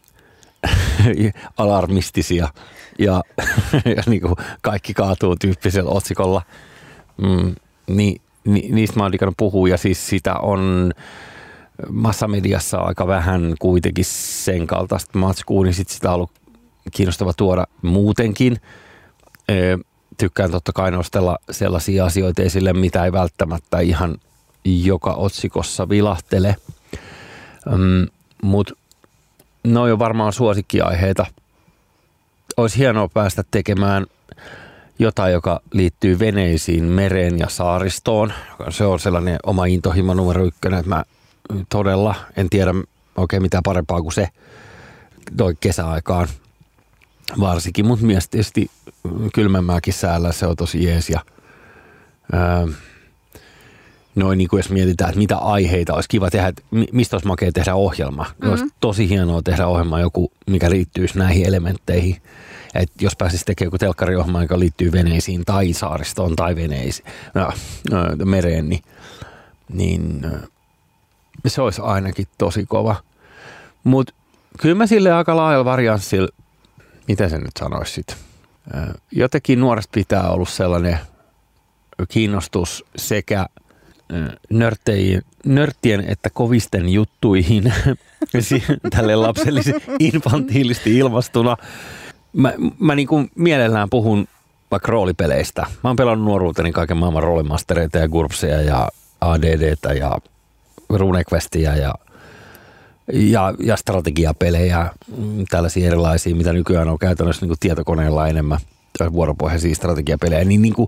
alarmistisia ja, ja niin kuin kaikki kaatuu tyyppisellä otsikolla. Mm, ni, ni, niistä mä oon digannut puhua ja siis sitä on massamediassa aika vähän kuitenkin sen kaltaista matskua, niin sit sitä on ollut kiinnostava tuoda muutenkin. E, tykkään totta kai nostella sellaisia asioita esille, mitä ei välttämättä ihan joka otsikossa vilahtele. Mm, Mutta ne on varmaan suosikkiaiheita. Olisi hienoa päästä tekemään jotain, joka liittyy veneisiin, mereen ja saaristoon. Se on sellainen oma intohimo numero ykkönen, että mä todella en tiedä oikein mitään parempaa kuin se toi kesäaikaan varsinkin, mutta myös tietysti kylmemmääkin säällä se on tosi jees. Ja, ää, noin niin kuin jos mietitään, että mitä aiheita olisi kiva tehdä, että mistä olisi makea tehdä ohjelma. Mm-hmm. Olisi tosi hienoa tehdä ohjelma joku, mikä liittyisi näihin elementteihin. Että jos pääsisi tekemään joku telkkariohjelma, joka liittyy veneisiin tai saaristoon tai veneisiin, no, no, mereen, niin, niin se olisi ainakin tosi kova. Mutta kyllä mä sille aika laajalla varianssilla, mitä se nyt sanoisi sitten, jotenkin nuoresta pitää ollut sellainen kiinnostus sekä nörttien, nörttien että kovisten juttuihin tälle lapsellisen infantiilisti ilmastuna. Mä, mä niin kuin mielellään puhun vaikka roolipeleistä. Mä oon pelannut nuoruuteni kaiken maailman roolimastereita ja gurpseja ja A D D:tä ja RuneQuestia ja, ja, ja strategiapelejä, tällaisia erilaisia, mitä nykyään on käytännössä niin kuin tietokoneella enemmän, vuoropohjaisia strategiapelejä. Niin, niin kuin,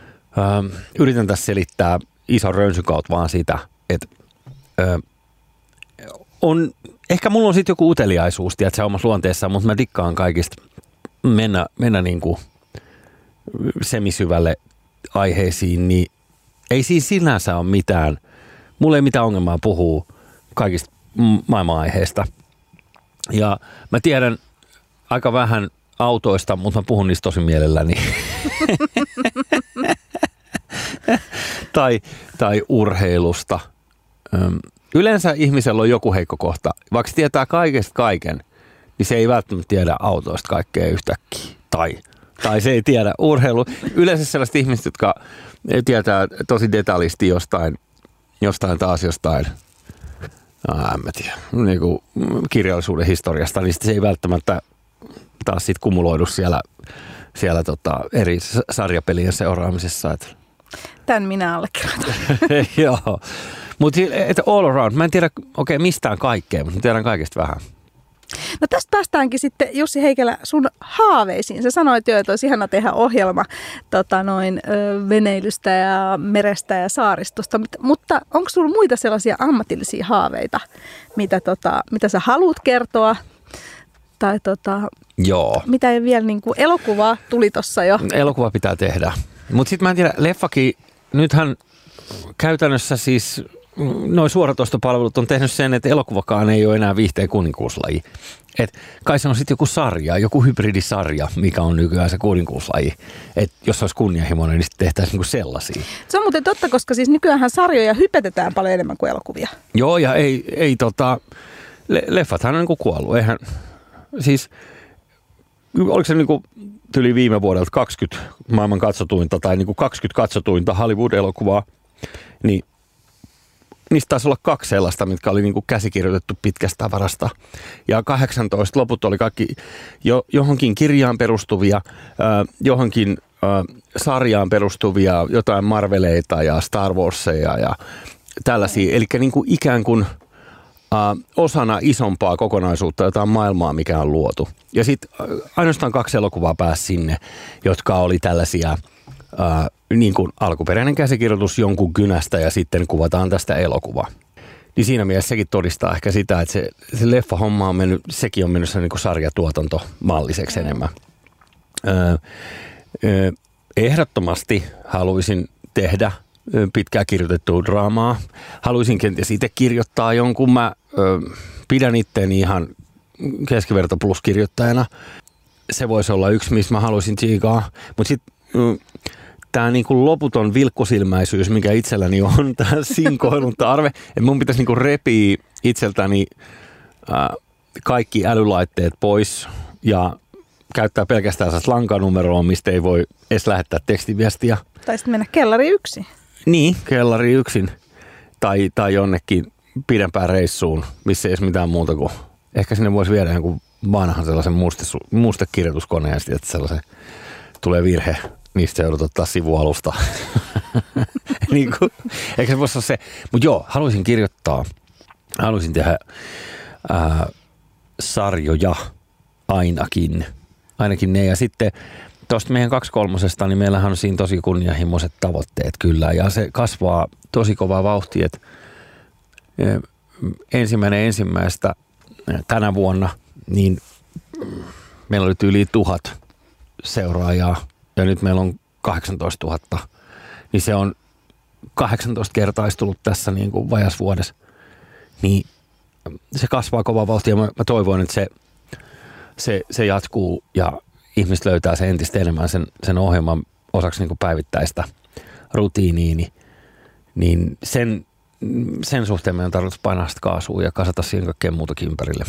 ähm, yritän tässä selittää ison rönsyn kautta vaan sitä, että äh, on, ehkä mulla on sitten joku uteliaisuus, tiedätkö, omassa luonteessaan, mutta mä tikkaan kaikista mennä, mennä niin kuin semisyvälle aiheisiin, niin ei siis sinänsä ole mitään, mulla ei mitään ongelmaa puhua kaikista maailman-aiheista. Ja mä tiedän aika vähän autoista, mutta mä puhun niistä tosi mielelläni. tai, tai urheilusta. Yleensä ihmisellä on joku heikko kohta. Vaikka se tietää kaikesta kaiken, niin se ei välttämättä tiedä autoista kaikkea yhtäkkiä. Tai, tai se ei tiedä urheilu. Yleensä sellaiset ihmiset, jotka tietää tosi detaljisti jostain, jostain taas jostain, no, en mä tiedä, niin kuin kirjallisuuden historiasta, niin se ei välttämättä taas sit kumuloidu siellä, siellä tota eri sarjapelien seuraamisessa. Että. Tän minä allekirjoitan. Joo, mutta all around, mä en tiedä okei okay, mistään kaikkea, mutta mä tiedän kaikesta vähän. No tästä päästäänkin sitten, Jussi Heikelä, sun haaveisiin. Sä sanoit jo, että olisi ihana tehdä ohjelma tota noin, ö, veneilystä ja merestä ja saaristosta, mutta onko sulla muita sellaisia ammatillisia haaveita, mitä, tota, mitä sä haluat kertoa? Tai tota, Joo. Mitä ei vielä, niin kuin elokuvaa tuli tossa jo. Elokuva pitää tehdä. Mutta sitten mä en tiedä, leffakin, nythän käytännössä siis noi suoratoistopalvelut on tehnyt sen, että elokuvakaan ei ole enää viihteen kuninkuuslaji. Et kai se on sitten joku sarja, joku hybridisarja, mikä on nykyään se kuninkuuslaji. Et jos olisi kunnianhimoinen, niin sitten tehtäisiin niinku sellaisia. Se on muuten totta, koska siis nykyäänhän sarjoja hypetetään paljon enemmän kuin elokuvia. Joo, ja ei, ei tota, le- leffathan on niinku kuollut. Eihän, siis, oliko se niinku tyli viime vuodelta kaksikymmentä maailman katsotuinta tai niinku kaksikymmentä katsotuinta Hollywood-elokuvaa, niin niistä taisi olla kaksi sellaista, mitkä oli niinku käsikirjoitettu pitkästä tavarasta. Ja kahdeksantoista loput oli kaikki jo, johonkin kirjaan perustuvia, äh, johonkin äh, sarjaan perustuvia, jotain Marveleita ja Star Warseja ja tällaisia. Eli niinku ikään kuin äh, osana isompaa kokonaisuutta, jotain maailmaa, mikä on luotu. Ja sitten äh, ainoastaan kaksi elokuvaa pääsi sinne, jotka oli tällaisia Äh, niin kuin alkuperäinen käsikirjoitus jonkun kynästä ja sitten kuvataan tästä elokuva. Niin siinä mielessä sekin todistaa ehkä sitä, että se, se leffa-homma on mennyt, sekin on mennyt niin kuin sarjatuotantomalliseksi enemmän. Äh, äh, ehdottomasti haluaisin tehdä pitkää kirjoitettua draamaa. Haluaisin kenties itse kirjoittaa jonkun. Mä äh, pidän itteeni ihan keskiverto plus kirjoittajana. Se voisi olla yksi, missä mä haluaisin tsiikaa. Mutta sitten äh, tämä niinku loputon vilkkusilmäisyys, mikä itselläni on, tämä sinkoilun tarve, että mun pitäisi niinku repiä itseltäni ää, kaikki älylaitteet pois ja käyttää pelkästään sellaista lankanumeroa, mistä ei voi edes lähettää tekstiviestiä. Tai sitten mennä kellari yksin. Niin, kellari yksin. Tai, tai jonnekin pidempään reissuun, missä ei edes mitään muuta kuin, ehkä sinne voisi viedä jonkun vanhan sellaisen mustekirjoituskoneen ja sitten, että sellaisen tulee virhe. Niistä joudut ottaa sivualusta. niin kuin, eikä se voisi olla se. Mutta joo, haluaisin kirjoittaa, haluaisin tehdä ää, sarjoja ainakin. Ainakin ne. Ja sitten tuosta meidän kaksikolmosesta, niin meillähän on siinä tosi kunnianhimoiset tavoitteet kyllä. Ja se kasvaa tosi kovaa vauhtia, että ensimmäinen ensimmäistä tänä vuonna, niin meillä oli yli tuhat seuraajaa. Ja nyt meillä on kahdeksantoistatuhatta, niin se on kahdeksantoista kertaistunut tässä niin kuin vajas vuodessa. Niin se kasvaa kovaa vauhtia. Mä, mä toivon, että se, se, se jatkuu ja ihmiset löytää sen entistä enemmän sen, sen ohjelman osaksi niin kuin päivittäistä rutiiniin. Niin, niin sen, sen suhteen meidän tarvitsisi painaa sitä kaasua ja kasata siihen kaikkea muutakin ympärille.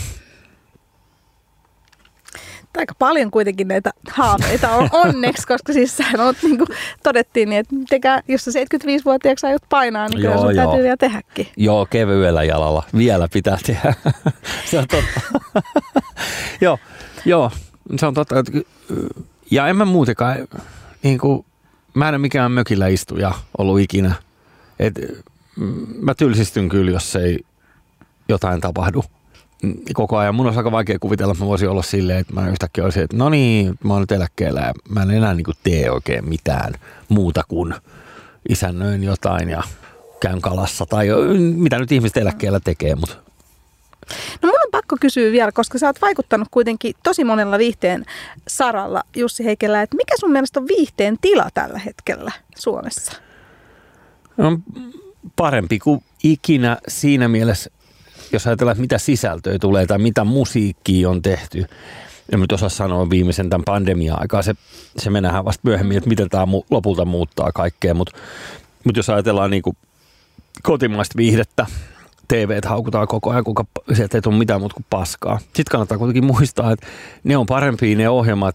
Aika paljon kuitenkin näitä haaveita on onneksi, koska siis sähän olet, niin kuin todettiin, niin että tekä, jos sä seitsemänkymmentäviisivuotiaaksi aiot painaa, niin kyllä joo, sun joo. täytyy vielä tehdäkin. Joo, kevyellä jalalla. Vielä pitää tehdä. Se on totta. joo, joo, se on totta. Ja en mä muutenkaan, niin kuin, mä en ole mikään mökillä istuja ollut ikinä. Et, mä tylsistyn kyllä, jos ei jotain tapahdu. Koko ajan. Mun olisi aika vaikea kuvitella, että mä voisin olla silleen, että mä yhtäkkiä olisin, että no niin, mä oon nyt eläkkeellä ja mä en enää niin kuin tee oikein mitään muuta kuin isännöin jotain ja käyn kalassa tai mitä nyt ihmiset eläkkeellä tekee, mutta No mun on pakko kysyä vielä, koska sä oot vaikuttanut kuitenkin tosi monella viihteen saralla, Jussi Heikelä, että mikä sun mielestä on viihteen tila tällä hetkellä Suomessa? No, parempi kuin ikinä siinä mielessä, jos ajatellaan, että mitä sisältöä tulee tai mitä musiikkia on tehty. En nyt osaa sanoa viimeisen tämän pandemia-aikaa, se, se me nähdään vasta myöhemmin, että miten tämä lopulta muuttaa kaikkea, mutta mut jos ajatellaan niin kuin kotimaista viihdettä, T V:t haukutaan koko ajan, kuinka sieltä ei tule mitään muuta kuin paskaa. Sitten kannattaa kuitenkin muistaa, että ne on parempia ne ohjelmat,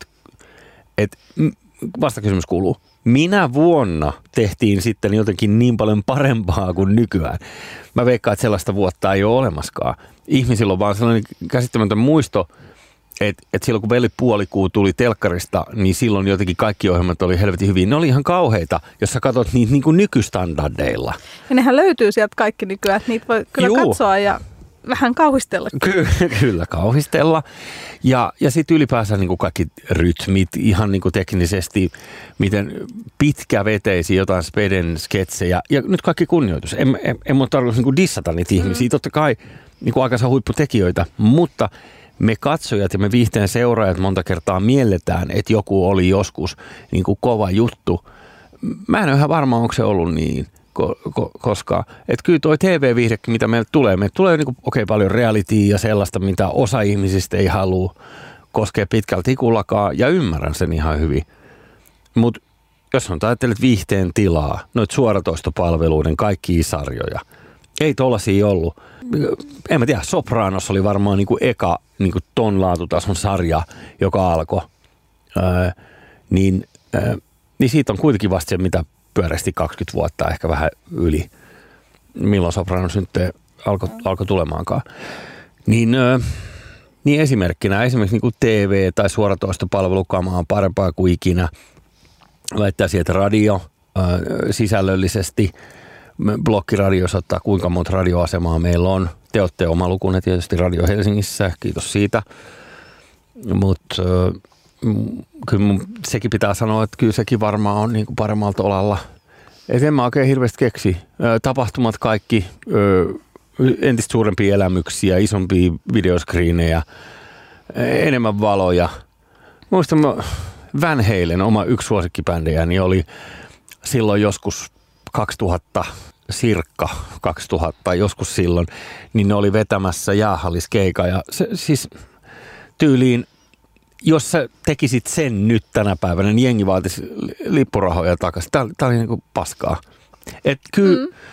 että vastakysymys kuuluu, minä vuonna tehtiin sitten jotenkin niin paljon parempaa kuin nykyään. Mä veikkaan, että sellaista vuotta ei ole olemaskaan. Ihmisillä on vaan sellainen käsittämätön muisto, että et silloin kun Veli Puolikuu tuli telkkarista, niin silloin jotenkin kaikki ohjelmat oli helvetin hyviä. Ne oli ihan kauheita, jos sä katsot niitä niin kuin nykystandardeilla. Ja nehän löytyy sieltä kaikki nykyään, että niitä voi kyllä Juu. katsoa ja vähän kauhistella. Ky- kyllä, kauhistella. Ja, ja sitten ylipäänsä niin kuin kaikki rytmit, ihan niin kuin teknisesti, miten pitkäveteisiä jotain Speden sketsejä. Ja nyt kaikki kunnioitus. En, en, en mun tarvitse niin kuin dissata niitä ihmisiä. Mm. Totta kai niin kuin aikansa huipputekijöitä, mutta me katsojat ja me viihteen seuraajat monta kertaa mielletään, että joku oli joskus niin kuin kova juttu. Mä en ole ihan varma, onko se ollut niin, ko- ko- koska että kyllä toi T V-viihdekin, mitä meille tulee, meille tulee niin kuin, okei, paljon realitya ja sellaista, mitä osa ihmisistä ei halua koskea pitkälti ikullakaan, ja ymmärrän sen ihan hyvin. Mutta jos on ajattelet viihteen tilaa, noita suoratoistopalveluiden kaikkia sarjoja, ei tollaisia ollut. En mä tiedä, Sopranos oli varmaan niinku eka niinku ton laatutason sarja, joka alkoi. Öö, niin, öö, niin siitä on kuitenkin vasta se, mitä pyörästi kaksikymmentä vuotta, ehkä vähän yli. Milloin Sopranos nyt alkoi alko tulemaankaan. Niin, öö, niin esimerkkinä, esimerkiksi niinku T V- tai suoratoistopalvelukama on parempaa kuin ikinä. Väittäisin, että radio öö, sisällöllisesti, Blokkiradio ottaa, kuinka monta radioasemaa meillä on. Te olette oma lukunne tietysti Radio Helsingissä, kiitos siitä. Mutta äh, kyllä mun, sekin pitää sanoa, että kyllä sekin varmaan on niin kuin paremmalta olalla. Et en mä oikein hirveästi keksi. Äh, tapahtumat kaikki, äh, entistä suurempia elämyksiä, isompia videoskriinejä, äh, enemmän valoja. Muistan mä Van Halen, oma yksi suosikkibändejä, niin oli silloin joskus kaksituhatta, sirkka kaksituhatta, joskus silloin, niin ne oli vetämässä jäähalliskeika. Ja se, siis tyyliin, jos sä tekisit sen nyt tänä päivänä, niin jengi vaatisi lippurahoja takaisin. Tää, tää oli niinku paskaa. Et kyllä, mm.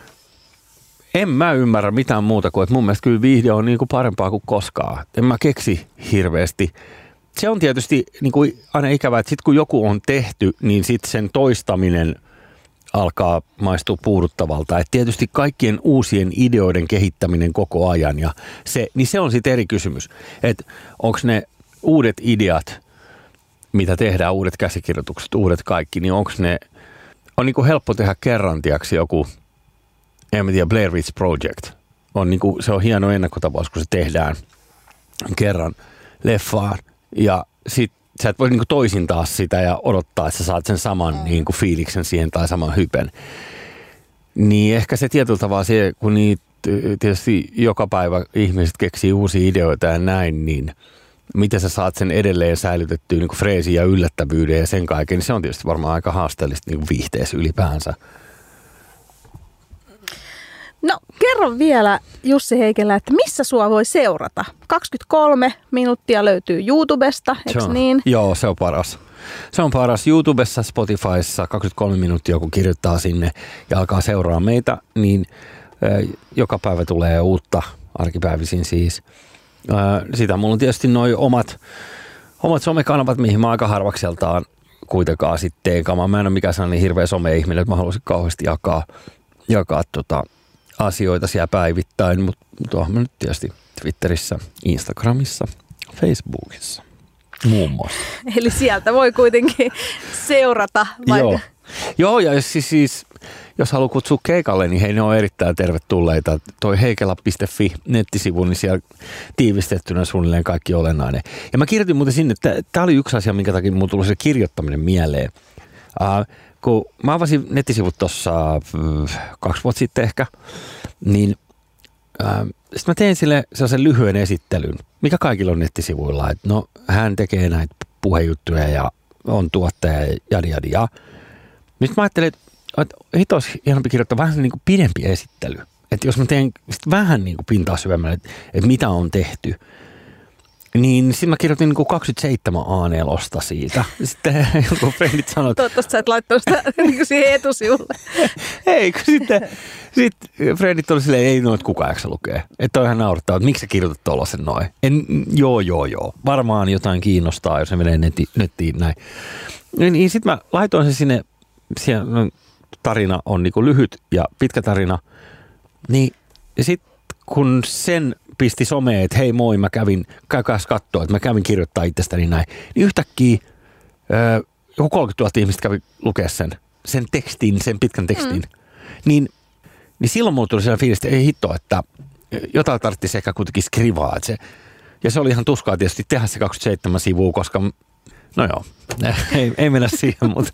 en mä ymmärrä mitään muuta kuin, että mun mielestä kyllä viihde on niinku parempaa kuin koskaan. En mä keksi hirveästi. Se on tietysti niinku aina ikävää, että sit kun joku on tehty, niin sit sen toistaminen alkaa maistua puuduttavalta. Et tietysti kaikkien uusien ideoiden kehittäminen koko ajan, ja se, niin se on sitten eri kysymys. Että onko ne uudet ideat, mitä tehdään, uudet käsikirjoitukset, uudet kaikki, niin onko ne, on niinku helppo tehdä kerran, tiiäksi, joku, en tiedä, Blair Witch Project. On niinku, se on hieno ennakkotapaus, kun se tehdään kerran leffaan, ja sitten sä et voi niinku toisintaa sitä ja odottaa, että sä saat sen saman niinku fiiliksen siihen tai saman hypen. Niin ehkä se tietyllä tavalla se, kun niitä tietysti joka päivä ihmiset keksii uusia ideoita ja näin, niin miten sä saat sen edelleen säilytettyä niinku freesin ja yllättävyyden ja sen kaiken, niin se on tietysti varmaan aika haasteellista niinku viihteessä ylipäänsä. No kerro vielä, Jussi Heikelä, että missä sua voi seurata? kaksikymmentäkolme minuuttia löytyy YouTubesta, eikö niin? Joo, se on paras. Se on paras YouTubessa, Spotifyssa, kaksikymmentäkolme minuuttia, kun kirjoittaa sinne ja alkaa seuraa meitä, niin äh, joka päivä tulee uutta, arkipäivisin siis. Äh, sitä mulla on tietysti noi omat, omat somekanavat, mihin mä aika harvakseltaan kuitenkaan sitten teenkaan. Mä en ole mikään sellainen hirveä some-ihminen, että mä haluaisin kauheasti jakaa, jakaa tota asioita siellä päivittäin, mutta tuohon mä nyt tietysti Twitterissä, Instagramissa, Facebookissa muun muassa. Eli sieltä voi kuitenkin seurata. Vaikka. Joo. Joo, ja siis, siis jos haluaa kutsua keikalle, niin hei, ne on erittäin tervetulleita. Toi heikela piste fi nettisivu, niin siellä tiivistettynä suunnilleen kaikki olennainen. Ja mä kirjoitin muuten sinne, että tämä oli yksi asia, minkä takia mulla tuli se kirjoittaminen mieleen. Uh, kun mä avasin nettisivut tuossa kaksi vuotta sitten ehkä, niin Sitten mä tein sille sellaisen lyhyen esittelyn, mikä kaikilla on nettisivuilla, että no hän tekee näitä puhejuttuja ja on tuottaja ja jadi jadi ja. Sitten mä ajattelin, että hito olisi hienompi kirjoittaa vähän niin kuin pidempi esittely. Että jos mä teen vähän niin kuin pintaa syvemmälle, että, että mitä on tehty, niin sitten mä kirjoitin niin kuin kaksikymmentäseitsemän A neljä siitä. Sitten joku frendit sanoi, että... Toivottavasti sä et laittanut sitä niin kuin siihen etusivulle. Ei, kun sitten sit frendit oli silleen, ei noit kukaan jaksa lukea. Että on ihan naurattaa, että miksi sä kirjoitat tuollaisen noin. En, joo, joo, joo. Varmaan jotain kiinnostaa, jos se menee netti, nettiin näin. Niin sitten mä laitoin sen sinne, siellä, no, tarina on niin kuin lyhyt ja pitkä tarina. Niin sitten kun sen pisti someen, että hei moi, mä kävin, käykääs kattoo, että mä kävin kirjoittaa itsestäni näin, niin yhtäkkiä öö, joku kolmekymmentätuhatta ihmistä kävi lukea sen, sen tekstin, sen pitkän tekstin. Mm. Niin, niin silloin mulla tuli sellainen fiilis, että ei hitto, että jotain tarvitsisi ehkä kuitenkin skrivaa. Että se, ja se oli ihan tuskaa tietysti tehdä se kaksikymmentäseitsemän sivua, koska no joo, ei, ei mennä siihen, mutta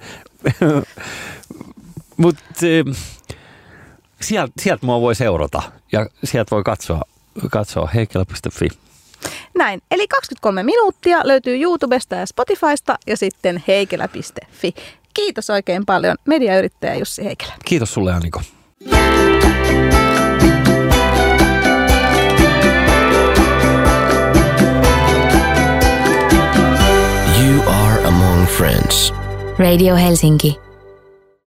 mut, sieltä sielt mua voi seurata ja sieltä voi katsoa, katsoa heikkilä piste fi. Näin, eli kaksikymmentäkolme minuuttia löytyy YouTubesta ja Spotifysta ja sitten heikelä piste fi. Kiitos oikein paljon, mediayrittäjä Jussi Heikelä. Kiitos sulle, Aniko. You are among friends. Radio Helsinki.